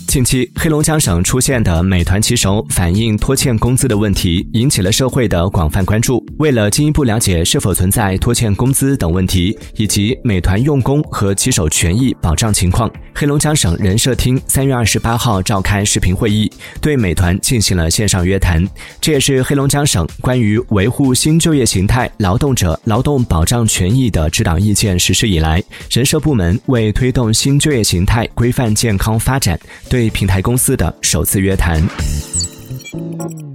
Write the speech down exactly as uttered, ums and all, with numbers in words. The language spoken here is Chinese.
近期，黑龙江省出现的美团骑手反映拖欠工资的问题，引起了社会的广泛关注。为了进一步了解是否存在拖欠工资等问题，以及美团用工和骑手权益保障情况，黑龙江省人社厅三月二十八号召开视频会议，对美团进行了线上约谈。这也是黑龙江省关于维护新就业形态劳动者劳动保障权益的指导意见实施以来，人社部门为推动新就业形态规范健康发展，对平台公司的首次约谈。